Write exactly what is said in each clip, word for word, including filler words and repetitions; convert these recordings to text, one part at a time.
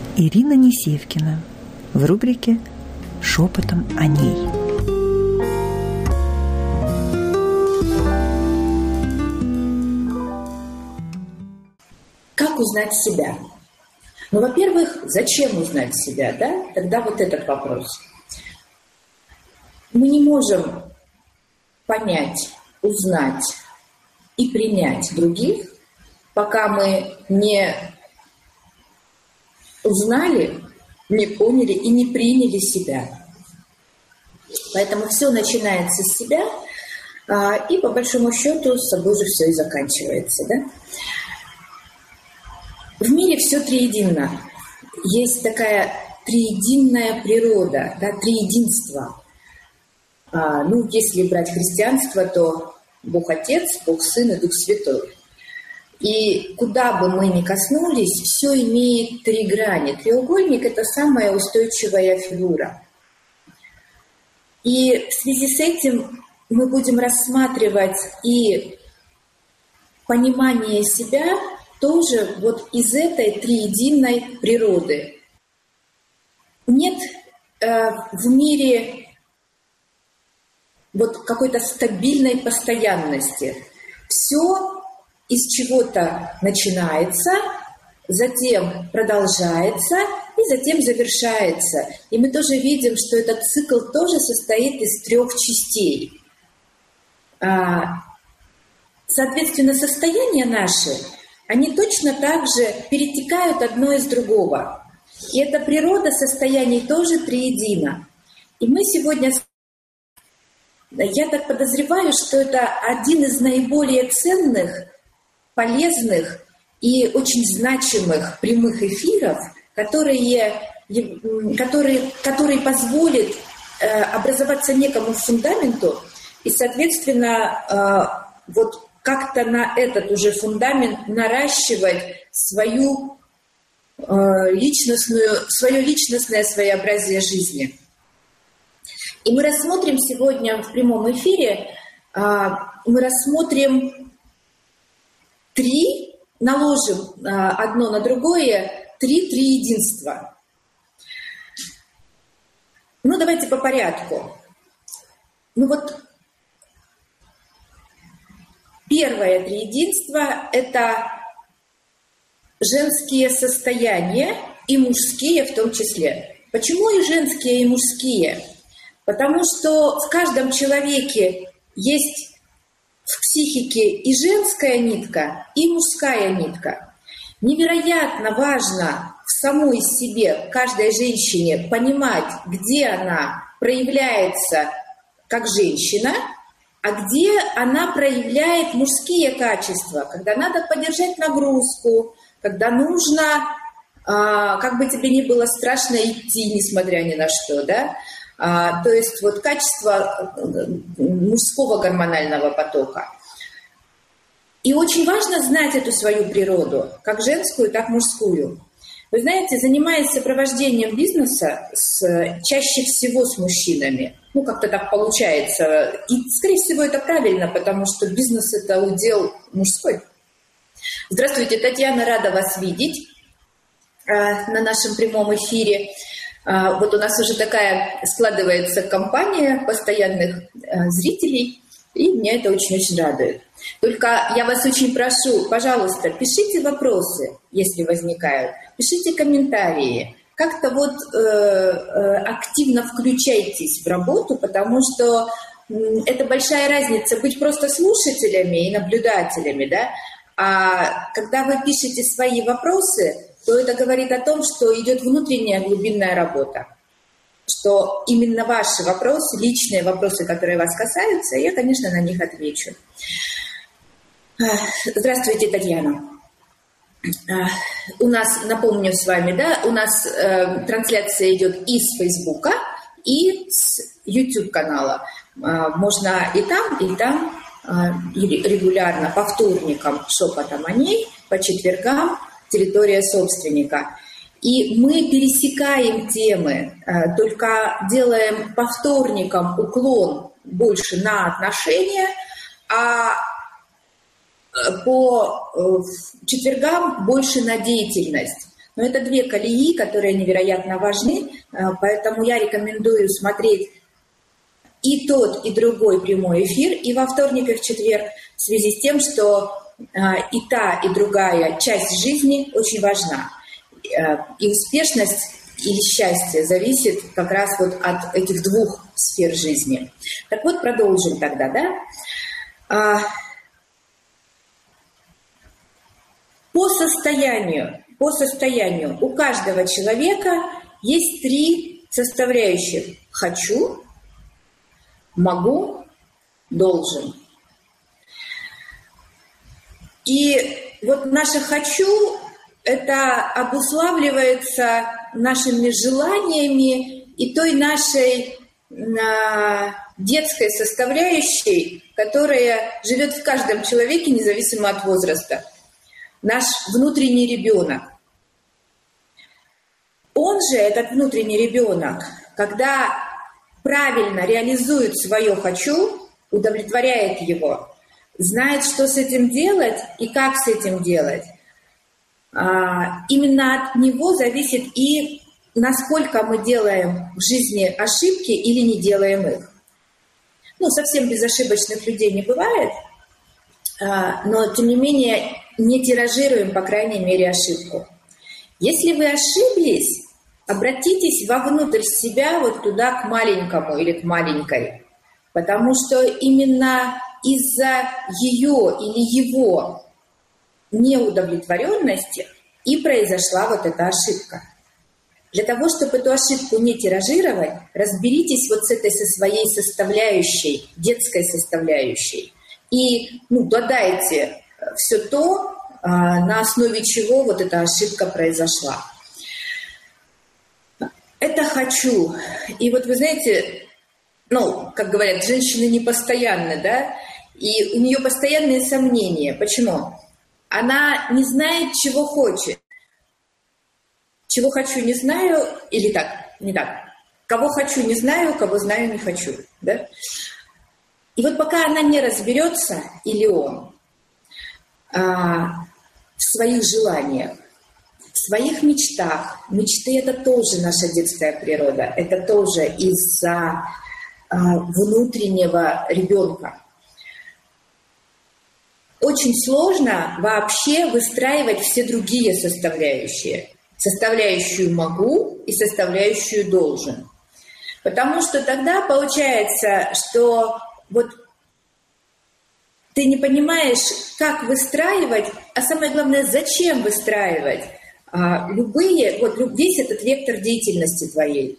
Ирина Несевкина в рубрике «Шепотом о ней». Как узнать себя? Ну, во-первых, зачем узнать себя, да? Тогда вот этот вопрос. Мы не можем понять, узнать и принять других, пока мы не узнали, не поняли и не приняли себя. Поэтому все начинается с себя, и по большому счету с собой же все и заканчивается, да? В мире все триединно. Есть такая триединная природа, да, триединство. А, ну, если брать христианство, то Бог Отец, Бог Сын и Дух Святой. И куда бы мы ни коснулись, все имеет три грани. Треугольник – это самая устойчивая фигура. И в связи с этим мы будем рассматривать и понимание себя тоже вот из этой триединной природы. Нет э, в мире вот какой-то стабильной постоянности. Все из чего-то начинается, затем продолжается и затем завершается. И мы тоже видим, что этот цикл тоже состоит из трех частей. А, соответственно, состояния наши, они точно так же перетекают одно из другого. И эта природа состояний тоже триедина. И мы сегодня, я так подозреваю, что это один из наиболее ценных, полезных и очень значимых прямых эфиров, которые, которые, которые позволят э, образоваться некому фундаменту и, соответственно, э, вот как-то на этот уже фундамент наращивать свою э, личностную, свое личностное своеобразие жизни. И мы рассмотрим сегодня в прямом эфире, э, мы рассмотрим три, наложим э, одно на другое, три триединства. Ну, давайте по порядку. Ну вот, первое триединство – это женские состояния и мужские в том числе. Почему и женские, и мужские? Потому что в каждом человеке есть в психике и женская нитка, и мужская нитка. Невероятно важно в самой себе, каждой женщине, понимать, где она проявляется как женщина, а где она проявляет мужские качества, когда надо поддержать нагрузку, когда нужно, а, как бы тебе ни было страшно идти, несмотря ни на что, да? А, то есть вот качество мужского гормонального потока. И очень важно знать эту свою природу, как женскую, так и мужскую. Вы знаете, занимаясь сопровождением бизнеса с, чаще всего с мужчинами, ну, как-то так получается. И, скорее всего, это правильно, потому что бизнес – это удел мужской. Здравствуйте, Татьяна, рада вас видеть э, на нашем прямом эфире. Э, вот у нас уже такая складывается компания постоянных э, зрителей, и меня это очень-очень радует. Только я вас очень прошу, пожалуйста, пишите вопросы, если возникают, пишите комментарии. Как-то вот э, э, активно включайтесь в работу, потому что э, это большая разница быть просто слушателями и наблюдателями, да? А когда вы пишете свои вопросы, то это говорит о том, что идет внутренняя глубинная работа, что именно ваши вопросы, личные вопросы, которые вас касаются, я, конечно, на них отвечу. Здравствуйте, Татьяна. У нас, напомню с вами, да, у нас э, трансляция идет и с Фейсбука, и с YouTube-канала. Э, можно и там, и там э, регулярно, по вторникам шепотом о ней, по четвергам территория собственника. И мы пересекаем темы, э, только делаем по вторникам уклон больше на отношения, а по четвергам больше на деятельность. Но это две колеи, которые невероятно важны, поэтому я рекомендую смотреть и тот, и другой прямой эфир, и во вторник, и в четверг, в связи с тем, что и та, и другая часть жизни очень важна. И успешность или счастье зависит как раз вот от этих двух сфер жизни. Так вот, продолжим тогда, да? По состоянию, по состоянию у каждого человека есть три составляющих: хочу, могу, должен. И вот наше «хочу» — это обуславливается нашими желаниями и той нашей а, детской составляющей, которая живет в каждом человеке, независимо от возраста. Наш внутренний ребенок. Он же, этот внутренний ребенок, когда правильно реализует свое «хочу», удовлетворяет его, знает, что с этим делать и как с этим делать. А, именно от него зависит и насколько мы делаем в жизни ошибки или не делаем их. Ну, совсем безошибочных людей не бывает, а, но, тем не менее, не тиражируем, по крайней мере, ошибку. Если вы ошиблись, обратитесь вовнутрь себя, вот туда, к маленькому или к маленькой, потому что именно из-за ее или его неудовлетворенности и произошла вот эта ошибка. Для того, чтобы эту ошибку не тиражировать, разберитесь вот с этой со своей составляющей, детской составляющей, и ну, додайте все то, на основе чего вот эта ошибка произошла. Это хочу. И вот вы знаете, ну, как говорят, женщины непостоянны, да, и у нее постоянные сомнения. Почему? Она не знает, чего хочет. Чего хочу, не знаю, или так, не так. Кого хочу, не знаю, кого знаю, не хочу, да. И вот пока она не разберется, или он, а, в своих желаниях, в своих мечтах. Мечты — это тоже наша детская природа, это тоже из-за а, внутреннего ребенка. Очень сложно вообще выстраивать все другие составляющие. Составляющую «могу» и составляющую «должен». Потому что тогда получается, что вот ты не понимаешь, как выстраивать, а самое главное, зачем выстраивать а, любые, вот весь этот вектор деятельности твоей.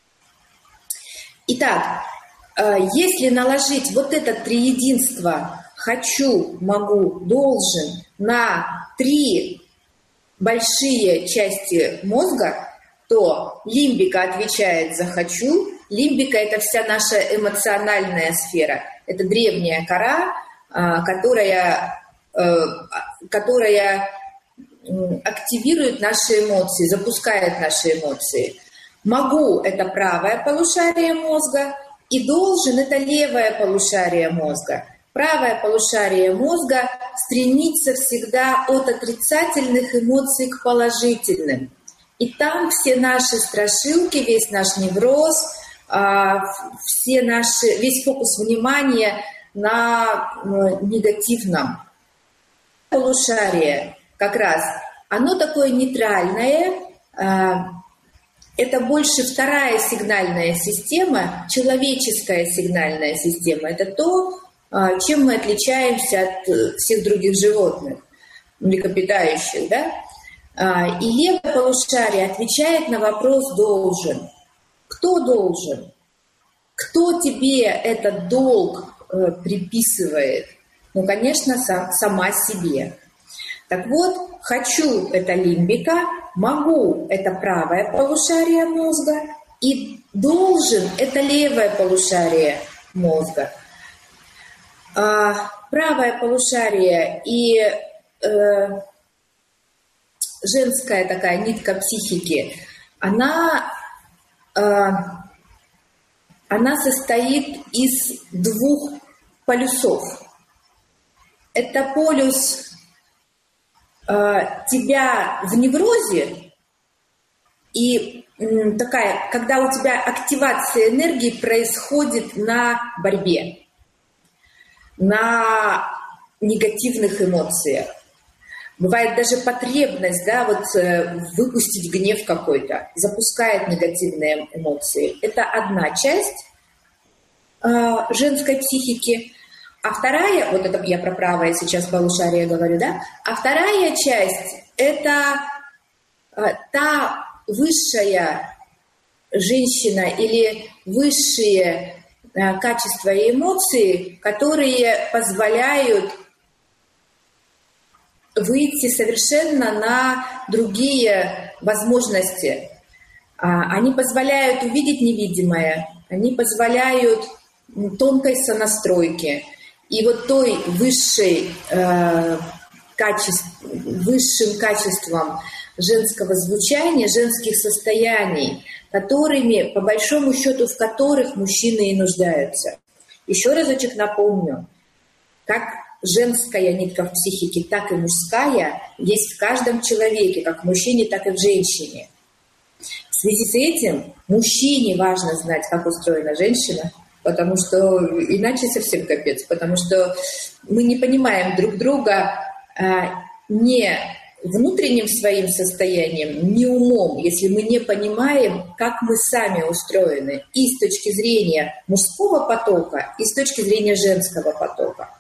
Итак, а, если наложить вот это триединство «хочу», «могу», «должен» на три большие части мозга, то лимбика отвечает за «хочу». Лимбика — это вся наша эмоциональная сфера. Это древняя кора, которая, которая активирует наши эмоции, запускает наши эмоции. «Могу» — это правое полушарие мозга, и «должен» — это левое полушарие мозга. Правое полушарие мозга стремится всегда от отрицательных эмоций к положительным. И там все наши страшилки, весь наш невроз, все наши, весь фокус внимания на негативном. Полушарие как раз, оно такое нейтральное, это больше вторая сигнальная система, человеческая сигнальная система. Это то, чем мы отличаемся от всех других животных, млекопитающих, да? И левое полушарие отвечает на вопрос «должен». Кто должен? Кто тебе этот долг э, приписывает? Ну, конечно, сам, сама себе. Так вот, «хочу» — это лимбика, «могу» — это правое полушарие мозга, и «должен» — это левое полушарие мозга. А правое полушарие и э, женская такая нитка психики, она, э, она состоит из двух полюсов. Это полюс э, тебя в неврозе И м, такая, когда у тебя активация энергии происходит на борьбе, на негативных эмоциях. Бывает даже потребность, да, вот э, выпустить гнев какой-то, запускает негативные эмоции. Это одна часть э, женской психики. А вторая, вот это я про правое сейчас полушарие говорю, да, а вторая часть – это э, та высшая женщина или высшие э, качества и эмоции, которые позволяют выйти совершенно на другие возможности. Они позволяют увидеть невидимое, они позволяют тонкой сонастройки. И вот той высшей, э, качеств, высшим качеством женского звучания, женских состояний, которыми, по большому счету, в которых мужчины и нуждаются. Еще разочек напомню, как женская нитка в психике, так и мужская есть в каждом человеке, как в мужчине, так и в женщине. В связи с этим мужчине важно знать, как устроена женщина, потому что иначе совсем капец, потому что мы не понимаем друг друга а, не внутренним своим состоянием, не умом, если мы не понимаем, как мы сами устроены и с точки зрения мужского потока, и с точки зрения женского потока.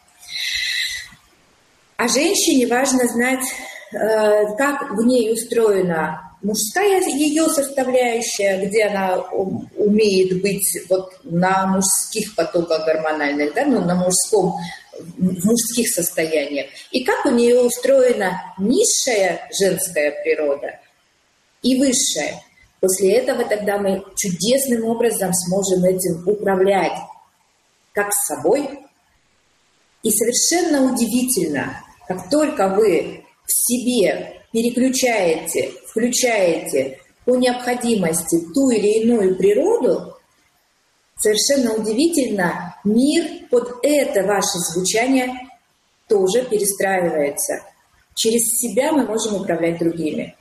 А женщине важно знать, как в ней устроена мужская ее составляющая, где она умеет быть вот на мужских потоках гормональных, да, ну, на мужском, в мужских состояниях, и как у нее устроена низшая женская природа и высшая. После этого тогда мы чудесным образом сможем этим управлять, как с собой. И совершенно удивительно, как только вы в себе переключаете, включаете по необходимости ту или иную природу, совершенно удивительно, мир под это ваше звучание тоже перестраивается. Через себя мы можем управлять другими.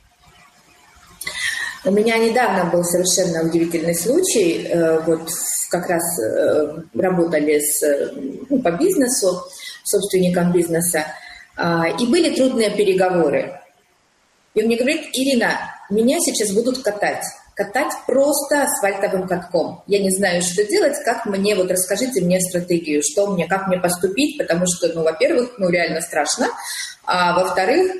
У меня недавно был совершенно удивительный случай. Вот как раз работали с, ну, по бизнесу, собственником бизнеса, и были трудные переговоры. И он мне говорит: Ирина, меня сейчас будут катать. Катать просто асфальтовым катком. Я не знаю, что делать, как мне, вот расскажите мне стратегию, что мне, как мне поступить, потому что, ну, во-первых, ну, реально страшно, а во-вторых,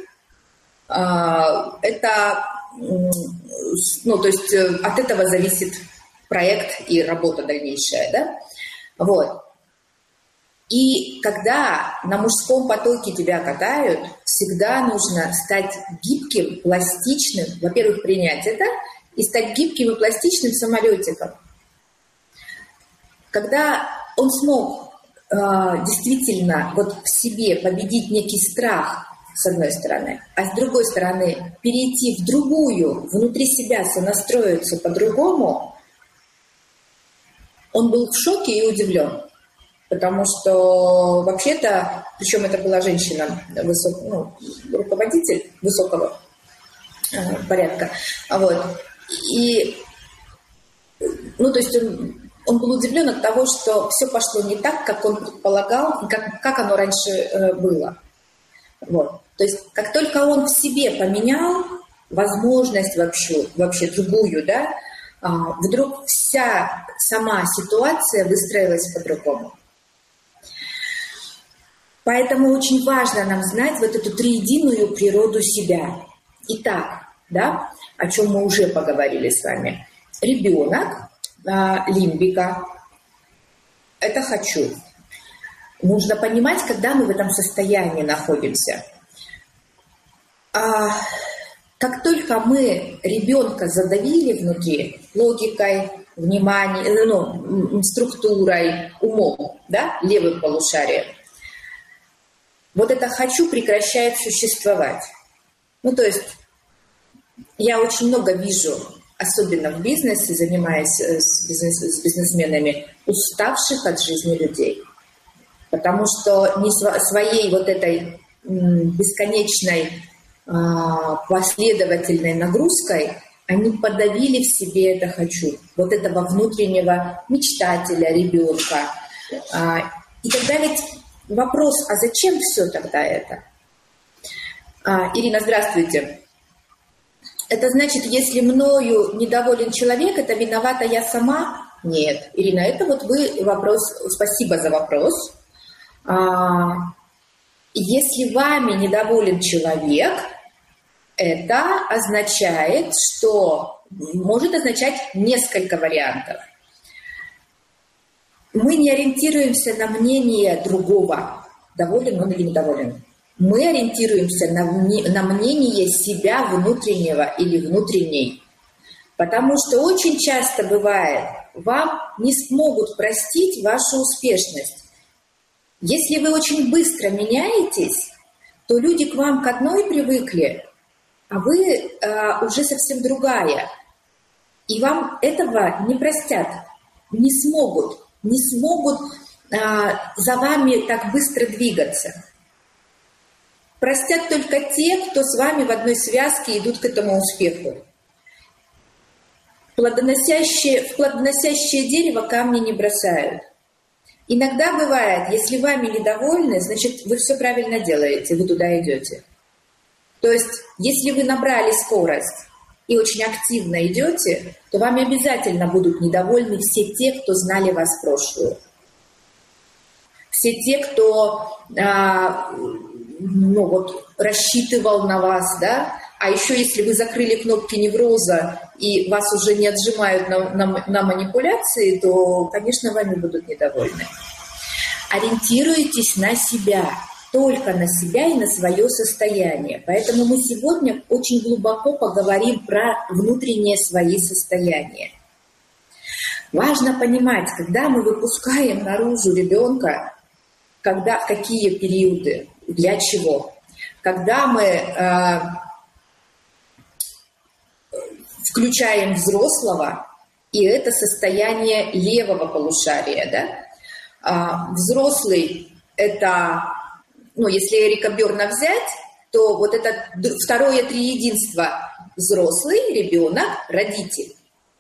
это, ну, то есть от этого зависит проект и работа дальнейшая, да, вот. И когда на мужском потоке тебя катают, всегда нужно стать гибким, пластичным, во-первых, принять это, и стать гибким и пластичным самолетиком. Когда он смог э, действительно вот в себе победить некий страх, с одной стороны, а с другой стороны перейти в другую, внутри себя сонастроиться по-другому, он был в шоке и удивлен. Потому что вообще-то, причем это была женщина, высок, ну, руководитель высокого э, порядка, вот, и, ну, то есть он, он был удивлен от того, что все пошло не так, как он предполагал, как, как оно раньше э, было. Вот. То есть как только он в себе поменял возможность вообще, вообще другую, да, э, вдруг вся сама ситуация выстроилась по-другому. Поэтому очень важно нам знать вот эту триединую природу себя. Итак, да, о чем мы уже поговорили с вами. Ребенок, а, лимбика, это хочу. Нужно понимать, когда мы в этом состоянии находимся. А, как только мы ребенка задавили внутри логикой, вниманием, ну, структурой, умом, да, левым полушарием, вот это «хочу» прекращает существовать. Ну, то есть я очень много вижу, особенно в бизнесе, занимаясь с, бизнес, с бизнесменами, уставших от жизни людей. Потому что не своей вот этой бесконечной последовательной нагрузкой они подавили в себе это «хочу», вот этого внутреннего мечтателя, ребенка. И тогда ведь вопрос, а зачем все тогда это? Ирина, здравствуйте. Это значит, если мною недоволен человек, это виновата я сама? Нет. Ирина, это вот вы вопрос, спасибо за вопрос. Если вами недоволен человек, это означает, что может означать несколько вариантов. Мы не ориентируемся на мнение другого, доволен он или недоволен. Мы ориентируемся на, на мнение себя внутреннего или внутренней. Потому что очень часто бывает, вам не смогут простить вашу успешность. Если вы очень быстро меняетесь, то люди к вам к одной привыкли, а вы э, уже совсем другая. И вам этого не простят, не смогут, не смогут э, за вами так быстро двигаться. Простят только те, кто с вами в одной связке идут к этому успеху. Плодоносящее, в плодоносящее дерево камни не бросают. Иногда бывает, если вами недовольны, значит, вы все правильно делаете, вы туда идете. То есть, если вы набрали скорость и очень активно идете, то вами обязательно будут недовольны все те, кто знали вас в прошлую. Все те, кто а, ну, вот, рассчитывал на вас, да? А еще если вы закрыли кнопки невроза и вас уже не отжимают на, на, на манипуляции, то, конечно, вами будут недовольны. Ориентируйтесь на себя, только на себя и на свое состояние. Поэтому мы сегодня очень глубоко поговорим про внутренние свои состояния. Важно понимать, когда мы выпускаем наружу ребенка, когда, в какие периоды, для чего. Когда мы э, включаем взрослого, и это состояние левого полушария, да? А, взрослый – это, ну, если Эрика Бёрна взять, то вот это второе триединство – взрослый, ребенок, родитель.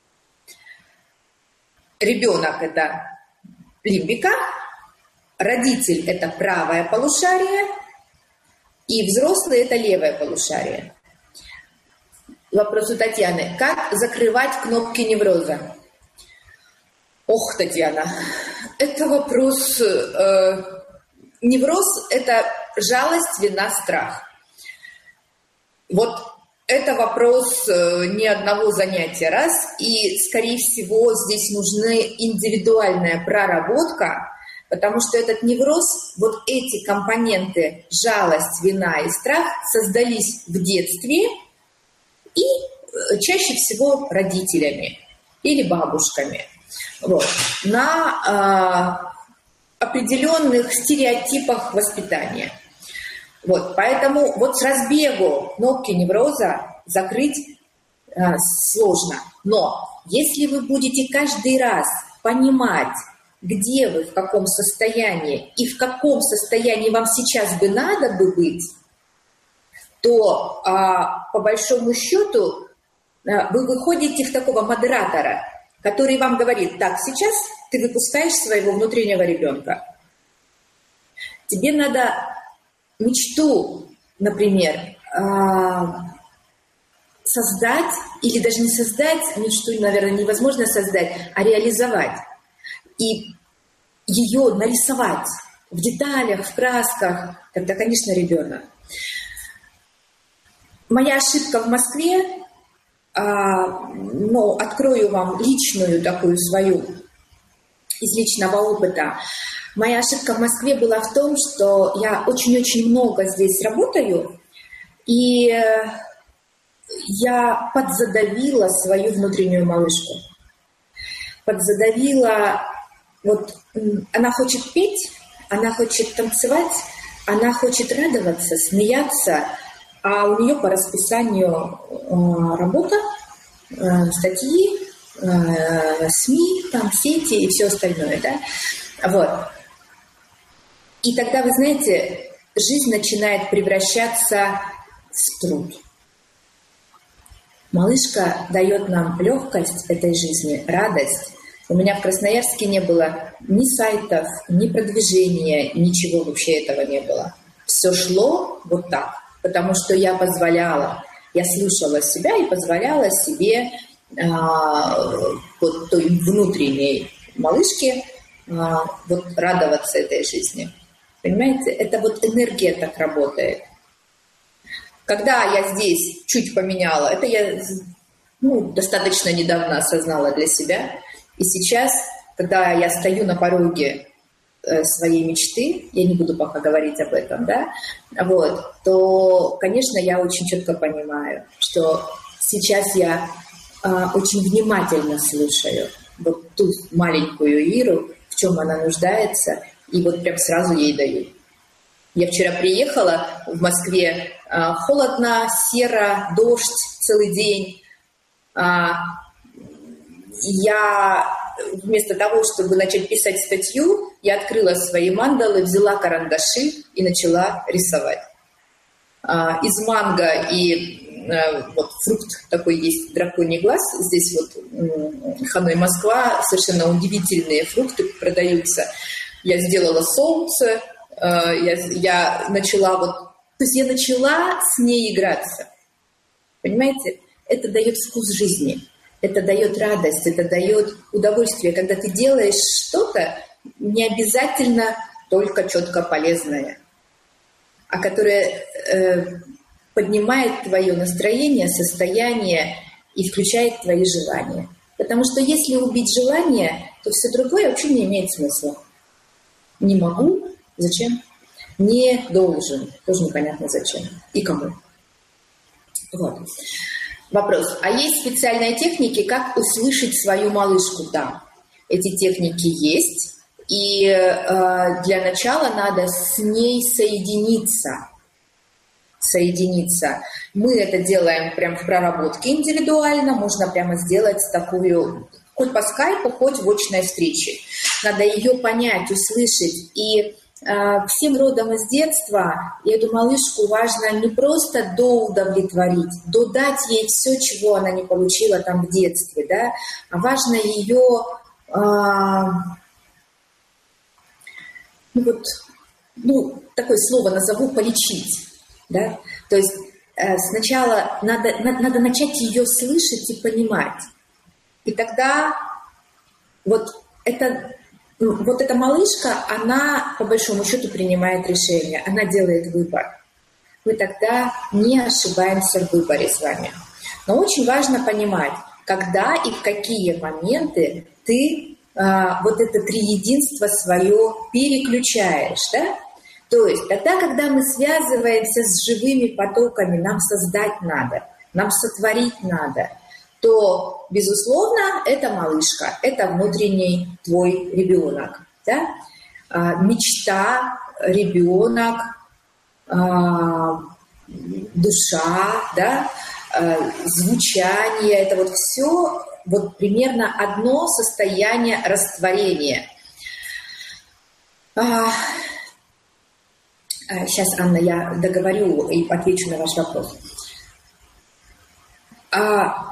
Ребенок – это лимбика, родитель – это правое полушарие, и взрослый – это левое полушарие. Вопрос у Татьяны. Как закрывать кнопки невроза? Ох, Татьяна, это вопрос... Э, невроз – это жалость, вина, страх. Вот это вопрос э, не одного занятия раз, и, скорее всего, здесь нужна индивидуальная проработка, потому что этот невроз, вот эти компоненты, жалость, вина и страх, создались в детстве и чаще всего родителями или бабушками. Вот, на э, определенных стереотипах воспитания. Вот, поэтому вот с разбегу кнопки невроза закрыть э, сложно. Но если вы будете каждый раз понимать, где вы, в каком состоянии и в каком состоянии вам сейчас бы надо бы быть, то э, по большому счету э, вы выходите в такого модератора, который вам говорит: так, сейчас ты выпускаешь своего внутреннего ребенка. Тебе надо мечту, например, создать, или даже не создать, мечту, наверное, невозможно создать, а реализовать. И ее нарисовать в деталях, в красках, тогда, конечно, ребенок. Моя ошибка в Москве, ну, открою вам личную такую свою, из личного опыта. Моя ошибка в Москве была в том, что я очень-очень много здесь работаю, и я подзадавила свою внутреннюю малышку. Подзадавила, вот она хочет петь, она хочет танцевать, она хочет радоваться, смеяться, а у нее по расписанию э, работа, э, статьи, э, СМИ, там, сети и все остальное, да, вот. И тогда, вы знаете, жизнь начинает превращаться в труд. Малышка дает нам легкость этой жизни, радость. У меня в Красноярске не было ни сайтов, ни продвижения, ничего вообще этого не было. Все шло вот так, потому что я позволяла, я слушала себя и позволяла себе а, вот той внутренней малышке а, вот радоваться этой жизни. Понимаете, это вот энергия так работает. Когда я здесь чуть поменяла, это я ну, достаточно недавно осознала для себя. И сейчас, когда я стою на пороге э, своей мечты, я не буду пока говорить об этом, да, вот, то, конечно, я очень четко понимаю, что сейчас я э, очень внимательно слушаю вот ту маленькую Иру, в чем она нуждается, и вот прям сразу ей даю. Я вчера приехала в Москве, э, холодно, серо, дождь целый день. Э, я вместо того, чтобы начать писать статью, я открыла свои мандалы, взяла карандаши и начала рисовать. Э, из манго и э, вот фрукт такой есть, драконий глаз. Здесь вот э, Ханой, Москва, совершенно удивительные фрукты продаются. Я сделала солнце. Я, я начала вот, то есть я начала с ней играться. Понимаете? Это дает вкус жизни, это дает радость, это дает удовольствие. Когда ты делаешь что-то, не обязательно только четко полезное, а которое э, поднимает твое настроение, состояние и включает твои желания. Потому что если убить желание, то все другое вообще не имеет смысла. Не могу. Зачем? Не должен. Тоже непонятно зачем. И кому. Вот. Вопрос. А есть специальные техники, как услышать свою малышку? Да. Эти техники есть. И э, для начала надо с ней соединиться. Соединиться. Мы это делаем прямо в проработке индивидуально. Можно прямо сделать такую, хоть по скайпу, хоть в очной встрече. Надо ее понять, услышать. И всем родом из детства, и эту малышку важно не просто доудовлетворить, додать ей все, чего она не получила там в детстве, да, а важно ее, а, ну вот, ну, такое слово назову, полечить, да, то есть э, сначала надо, надо, надо начать ее слышать и понимать, и тогда вот это... Вот эта малышка, она, по большому счету, принимает решение, она делает выбор. Мы тогда не ошибаемся в выборе с вами. Но очень важно понимать, когда и в какие моменты ты а, вот это триединство свое переключаешь, да? То есть тогда, когда мы связываемся с живыми потоками, нам создать надо, нам сотворить надо, то, безусловно, это малышка, это внутренний твой ребенок. Да? А, мечта, ребенок, а, душа, да? а, звучание, это вот все вот примерно одно состояние растворения. А, а, сейчас, Анна, я договорю и отвечу на ваш вопрос. А,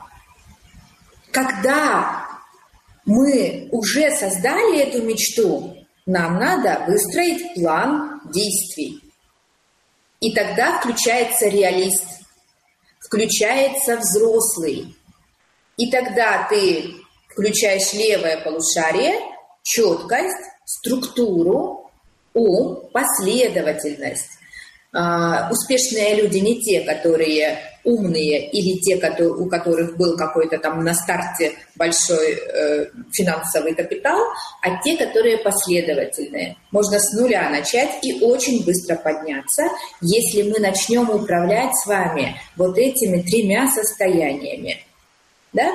Когда мы уже создали эту мечту, нам надо выстроить план действий. И тогда включается реалист, включается взрослый. И тогда ты включаешь левое полушарие, четкость, структуру, ум, последовательность. Uh, успешные люди не те, которые умные, или те, которые, у которых был какой-то там на старте большой э, финансовый капитал, а те, которые последовательные. Можно с нуля начать и очень быстро подняться, если мы начнем управлять с вами вот этими тремя состояниями. Да?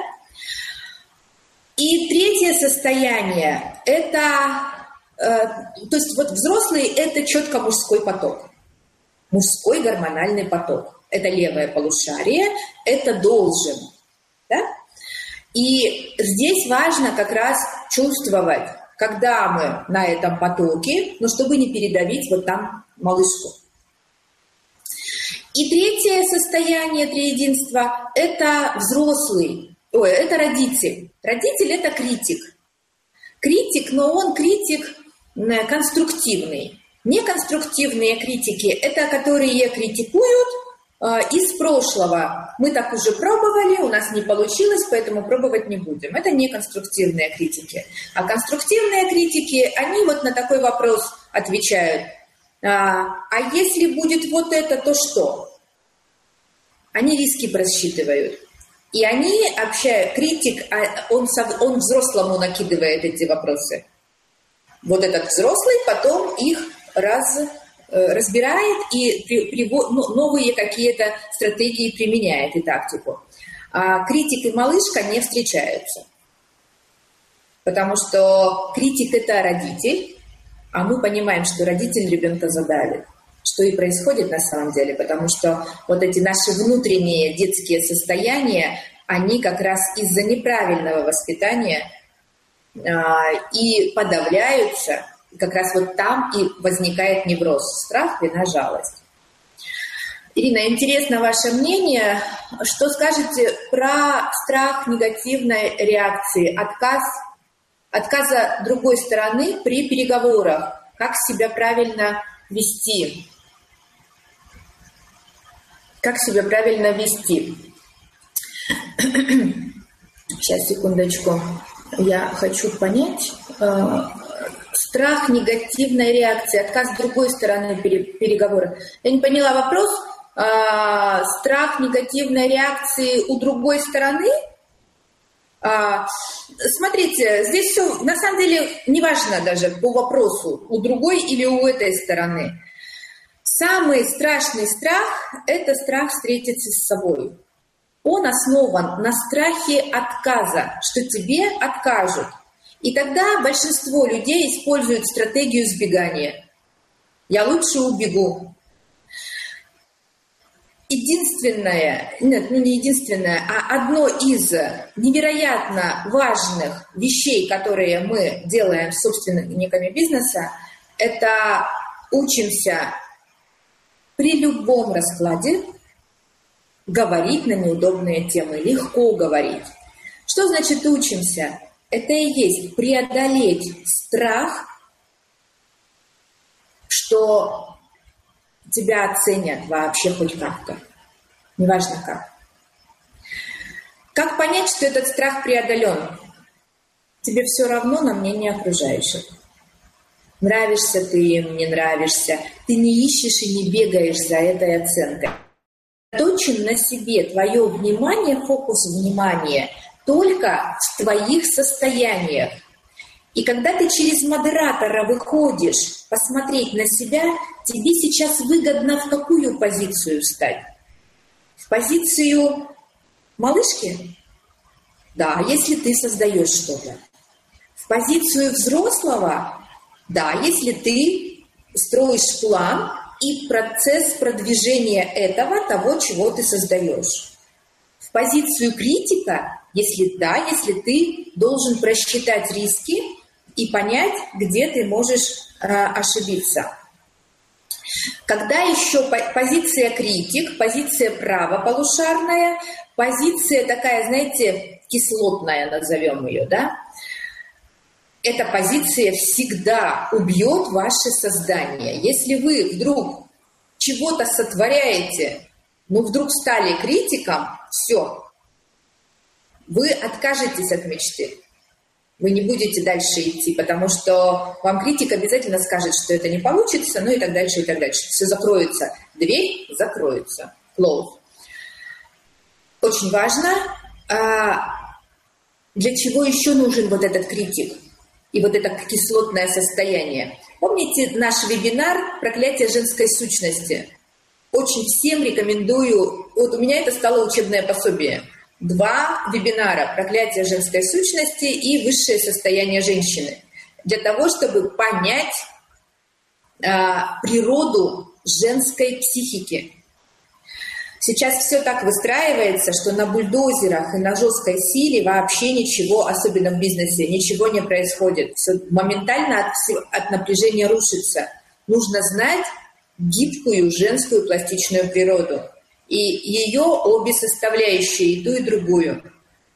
И третье состояние – это, э, то есть вот взрослый – это четко мужской поток. Мужской гормональный поток. Это левое полушарие, это должен. Да? И здесь важно как раз чувствовать, когда мы на этом потоке, но чтобы не передавить вот там малышку. И Третье состояние триединства – это взрослый, ой, это родитель. Родитель – это критик. Критик, но он критик конструктивный. Неконструктивные критики – это которые критикуют э, из прошлого. Мы так уже пробовали, у нас не получилось, поэтому пробовать не будем. Это неконструктивные критики. А конструктивные критики, они вот на такой вопрос отвечают. А, а если будет вот это, то что? Они риски просчитывают. И они общают, критик, он, он взрослому накидывает эти вопросы. Вот этот взрослый потом их раз, разбирает и при, при, ну, новые какие-то стратегии применяет и тактику. А критик и малышка не встречаются. Потому что критик – это родитель, а мы понимаем, что родитель ребенка задавит. Что и происходит на самом деле, потому что вот эти наши внутренние детские состояния, они как раз из-за неправильного воспитания а, и подавляются, как раз вот там и возникает невроз, страх, вина, жалость. Ирина, интересно ваше мнение, что скажете про страх негативной реакции, отказ, отказа другой стороны при переговорах, как себя правильно вести? Как себя правильно вести? Сейчас, секундочку. Я хочу понять. Страх негативной реакции, отказ с другой стороны переговора. Я не поняла вопрос. Страх негативной реакции у другой стороны? Смотрите, здесь все на самом деле неважно даже по вопросу, у другой или у этой стороны. Самый страшный страх – это страх встретиться с собой. Он основан на страхе отказа, что тебе откажут. И тогда большинство людей используют стратегию избегания. Я лучше убегу. Единственное, нет, ну не единственное, а одно из невероятно важных вещей, которые мы делаем с собственниками бизнеса, это учимся при любом раскладе говорить на неудобные темы, легко говорить. Что значит учимся? Это и есть преодолеть страх, что тебя оценят вообще хоть как-то. Неважно как. Как понять, что этот страх преодолен? Тебе все равно на мнение окружающих. Нравишься ты им, не нравишься. Ты не ищешь и не бегаешь за этой оценкой. Точен на себе твое внимание, фокус внимания только в твоих состояниях. И когда ты через модератора выходишь посмотреть на себя, тебе сейчас выгодно в какую позицию встать? В позицию малышки? Да, если ты создаешь что-то. В позицию взрослого? Да, если ты строишь план и процесс продвижения этого, того, чего ты создаешь. В позицию критика, если да, если ты должен просчитать риски и понять, где ты можешь э, ошибиться. Когда еще позиция критик, позиция правополушарная, позиция такая, знаете, кислотная, назовем ее, да? Эта позиция всегда убьет ваше создание. Если вы вдруг чего-то сотворяете, но вдруг стали критиком, все, вы откажетесь от мечты. Вы не будете дальше идти, потому что вам критик обязательно скажет, что это не получится, ну и так дальше, и так дальше. Все закроется. Дверь закроется. Close. Очень важно, для чего еще нужен вот этот критик и вот это кислотное состояние. Помните наш вебинар «Проклятие женской сущности»? Очень всем рекомендую. Вот у меня это стало учебное пособие. Два вебинара «Проклятие женской сущности» и «Высшее состояние женщины». Для того, чтобы понять э, природу женской психики. Сейчас все так выстраивается, что на бульдозерах и на жесткой силе вообще ничего, особенно в бизнесе, ничего не происходит. Все моментально от, от напряжения рушится. Нужно знать гибкую женскую пластичную природу. и ее обе составляющие, и ту, и другую.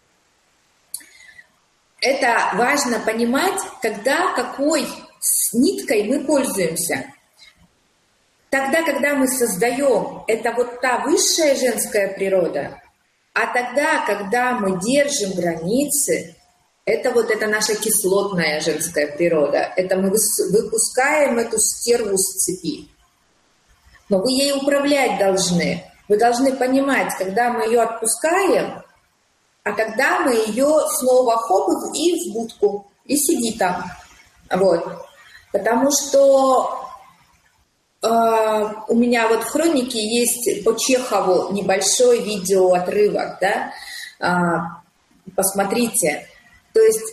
Это важно понимать, когда какой ниткой мы пользуемся. Тогда, когда мы создаем, это вот та высшая женская природа, а тогда, когда мы держим границы, это вот это наша кислотная женская природа. Это мы выпускаем эту стерву с цепи. Но вы ей управлять должны. Вы должны понимать, когда мы ее отпускаем, а когда мы ее снова хоп и в будку, и сиди там. Вот. Потому что э, у меня вот в хронике есть по Чехову небольшой видеоотрывок, да? Э, посмотрите. То есть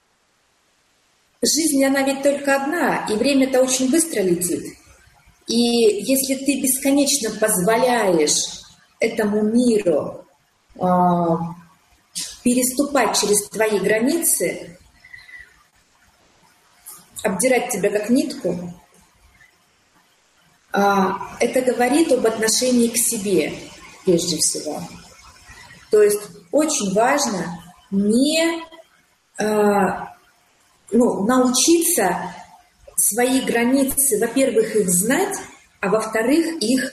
жизнь, она ведь только одна, и время-то очень быстро летит. И если ты бесконечно позволяешь этому миру э, переступать через твои границы, обдирать тебя как нитку, э, это говорит об отношении к себе прежде всего. То есть очень важно не э, ну, научиться свои границы, во-первых, их знать, а во-вторых, их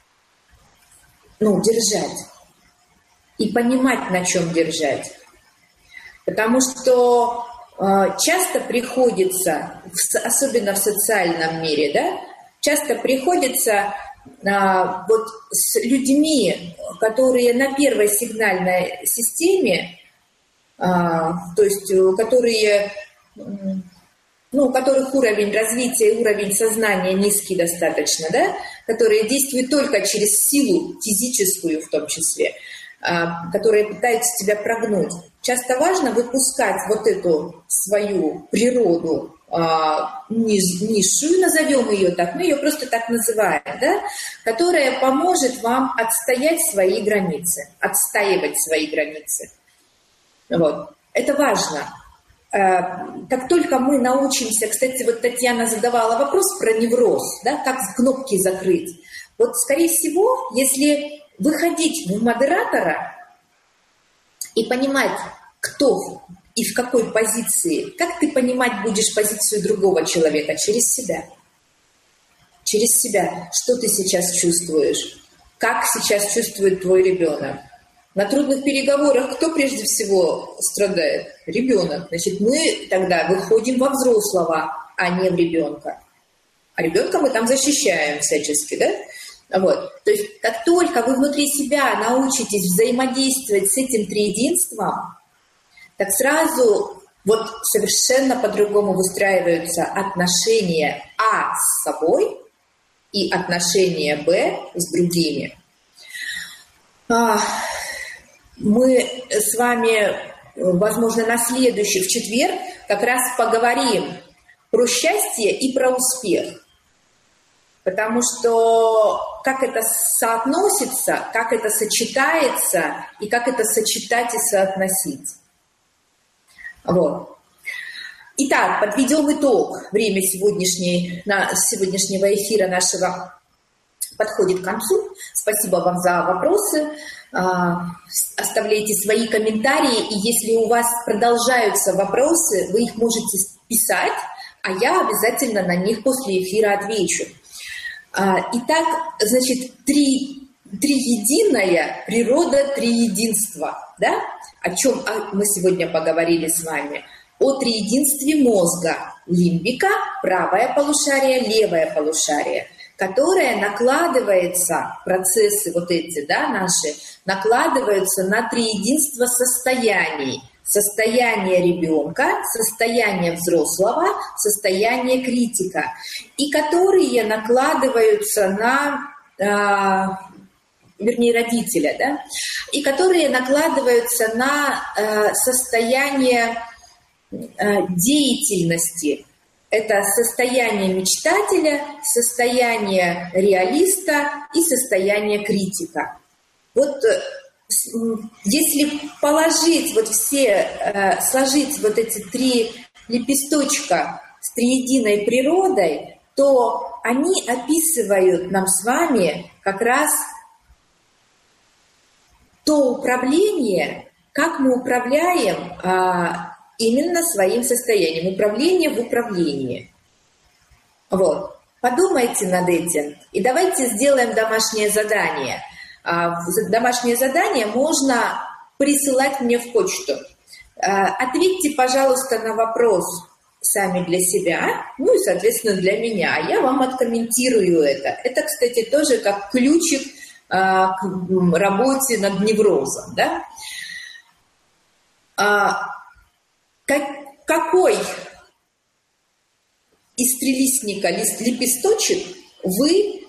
ну, держать. И понимать, на чем держать. Потому что э, часто приходится, в, особенно в социальном мире, да, часто приходится э, вот с людьми, которые на первой сигнальной системе, э, то есть которые... ну, у которых уровень развития и уровень сознания низкий достаточно, да, которые действуют только через силу физическую в том числе, которые пытаются тебя прогнуть. Часто важно выпускать вот эту свою природу низ, низшую, назовем ее так, мы ее просто так называем, да, которая поможет вам отстоять свои границы, отстаивать свои границы. Вот. Это важно. Как только мы научимся, кстати, вот Татьяна задавала вопрос про невроз, да, как кнопки закрыть. Вот, скорее всего, если выходить в модератора и понимать, кто и в какой позиции, как ты понимать будешь позицию другого человека? Через себя. Через себя. Что ты сейчас чувствуешь? Как сейчас чувствует твой ребенок? На трудных переговорах кто прежде всего страдает? Ребенок. Значит, мы тогда выходим во взрослого, а не в ребенка. А ребенка мы там защищаем всячески, да? Вот. То есть, как только вы внутри себя научитесь взаимодействовать с этим триединством, так сразу вот совершенно по-другому выстраиваются отношения А с собой и отношения Б с другими. Мы с вами, возможно, на следующий, в четверг, как раз поговорим про счастье и про успех. Потому что как это соотносится, как это сочетается и как это сочетать и соотносить. Вот. Итак, подведем итог. Время сегодняшней, на, сегодняшнего эфира нашего подходит к концу. Спасибо вам за вопросы. Оставляйте свои комментарии, и если у вас продолжаются вопросы, вы их можете писать, а я обязательно на них после эфира отвечу. Итак, значит, три, триединая природа триединства, да? О чем мы сегодня поговорили с вами? О триединстве мозга, лимбика, правое полушарие, левое полушарие, которое накладывается, процессы вот эти, да, наши, накладываются на триединство состояний. Состояние ребенка, состояние взрослого, состояние критика. И которые накладываются на, э, вернее, родителя, да, и которые накладываются на э, состояние э, деятельности. Это состояние мечтателя, состояние реалиста и состояние критика. Вот если положить вот все, сложить вот эти три лепесточка с триединой природой, то они описывают нам с вами как раз то управление, как мы управляем а, именно своим состоянием, управление в управлении. Вот. Подумайте над этим и давайте сделаем домашнее задание. А, домашнее задание можно присылать мне в почту. А, ответьте, пожалуйста, на вопрос сами для себя, ну и, соответственно, для меня. Я вам откомментирую это. Это, кстати, тоже как ключик а, к работе над неврозом. Да? А, как, какой из трилистника лепесточек вы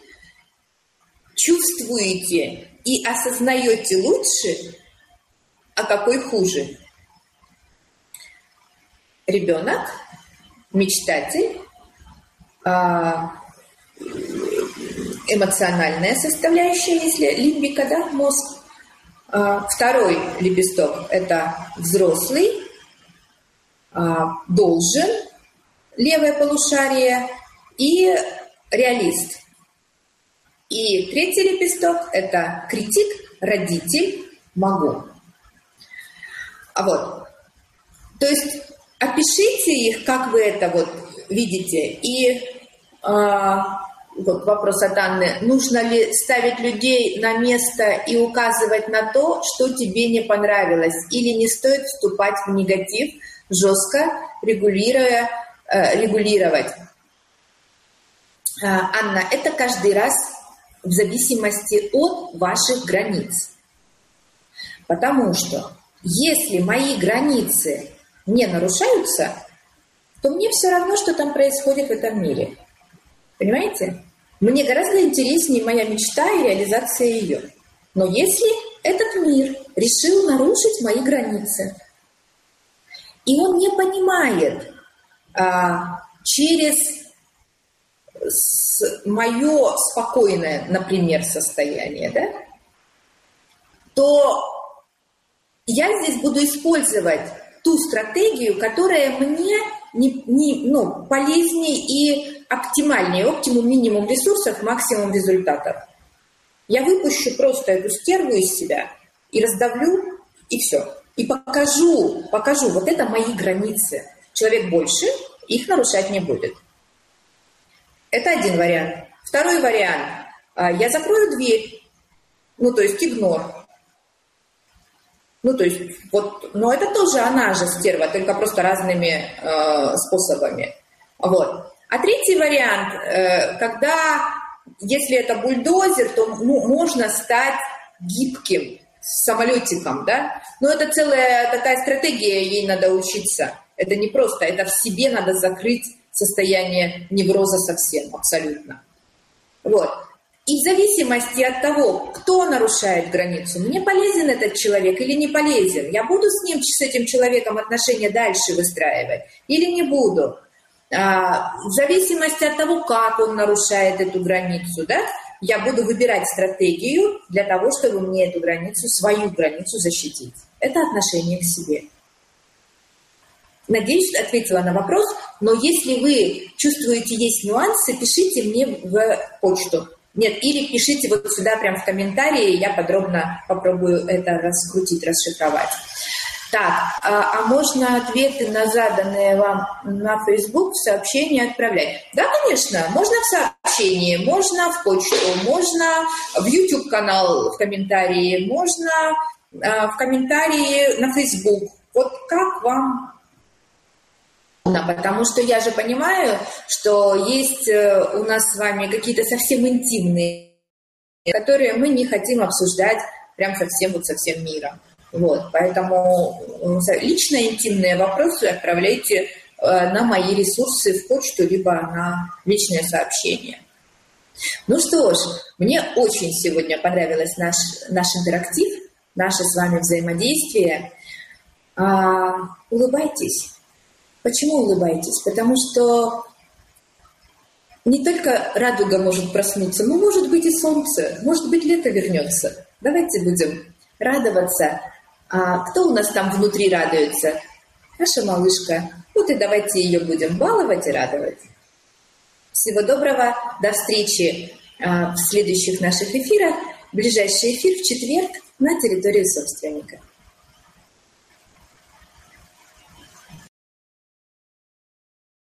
чувствуете и осознаете лучше, а какой хуже? Ребенок, мечтатель, эмоциональная составляющая, если лимбика, да, мозг. Второй лепесток – это взрослый, должен, левое полушарие, и реалист. И третий лепесток – это критик, родитель, могу. А вот, то есть опишите их, как вы это вот видите. И а, вот вопрос от Анны. Нужно ли ставить людей на место и указывать на то, что тебе не понравилось? Или не стоит вступать в негатив, жестко регулируя, э, регулировать? А, Анна, это каждый раз в зависимости от ваших границ. Потому что если мои границы не нарушаются, то мне все равно, что там происходит в этом мире. Понимаете? Мне гораздо интереснее моя мечта и реализация ее. Но если этот мир решил нарушить мои границы, и он не понимает а, через с, мое спокойное, например, состояние, да, то я здесь буду использовать ту стратегию, которая мне не, не, ну, полезнее и оптимальнее. Оптимум, минимум ресурсов, максимум результатов. Я выпущу просто эту стерву из себя и раздавлю, и все. И покажу, покажу, вот это мои границы. Человек больше их нарушать не будет. Это один вариант. Второй вариант. Я закрою дверь. Ну, то есть игнор. Ну, то есть, вот, но это тоже она же стерва, только просто разными э, способами. Вот. А третий вариант, э, когда, если это бульдозер, то ну, можно стать гибким самолетиком, да? Но это целая такая стратегия, ей надо учиться. Это не просто, это в себе надо закрыть состояние невроза совсем, абсолютно. Вот. И в зависимости от того, кто нарушает границу, мне полезен этот человек или не полезен, я буду с ним, с этим человеком отношения дальше выстраивать или не буду. А, в зависимости от того, как он нарушает эту границу, да, я буду выбирать стратегию для того, чтобы мне эту границу, свою границу защитить. Это отношение к себе. Надеюсь, ответила на вопрос, но если вы чувствуете, есть нюансы, пишите мне в почту. Нет, или пишите вот сюда прям в комментарии, я подробно попробую это раскрутить, расшифровать. Так, а, а можно ответы на заданные вам на Facebook в сообщении отправлять? Да, конечно, можно в сообщении, можно в почту, можно в YouTube-канал в комментарии, можно а, в комментарии на Facebook. Вот как вам... Потому что я же понимаю, что есть у нас с вами какие-то совсем интимные, которые мы не хотим обсуждать прям совсем вот со всем миром. Вот, поэтому лично интимные вопросы отправляйте на мои ресурсы в почту, либо на личное сообщение. Ну что ж, мне очень сегодня понравилось наш, наш интерактив, наше с вами взаимодействие. А, улыбайтесь. Почему улыбаетесь? Потому что не только радуга может проснуться, но может быть и солнце, может быть лето вернется. Давайте будем радоваться. А кто у нас там внутри радуется? Наша малышка. Вот и давайте ее будем баловать и радовать. Всего доброго. До встречи в следующих наших эфирах. Ближайший эфир в четверг на территории собственника.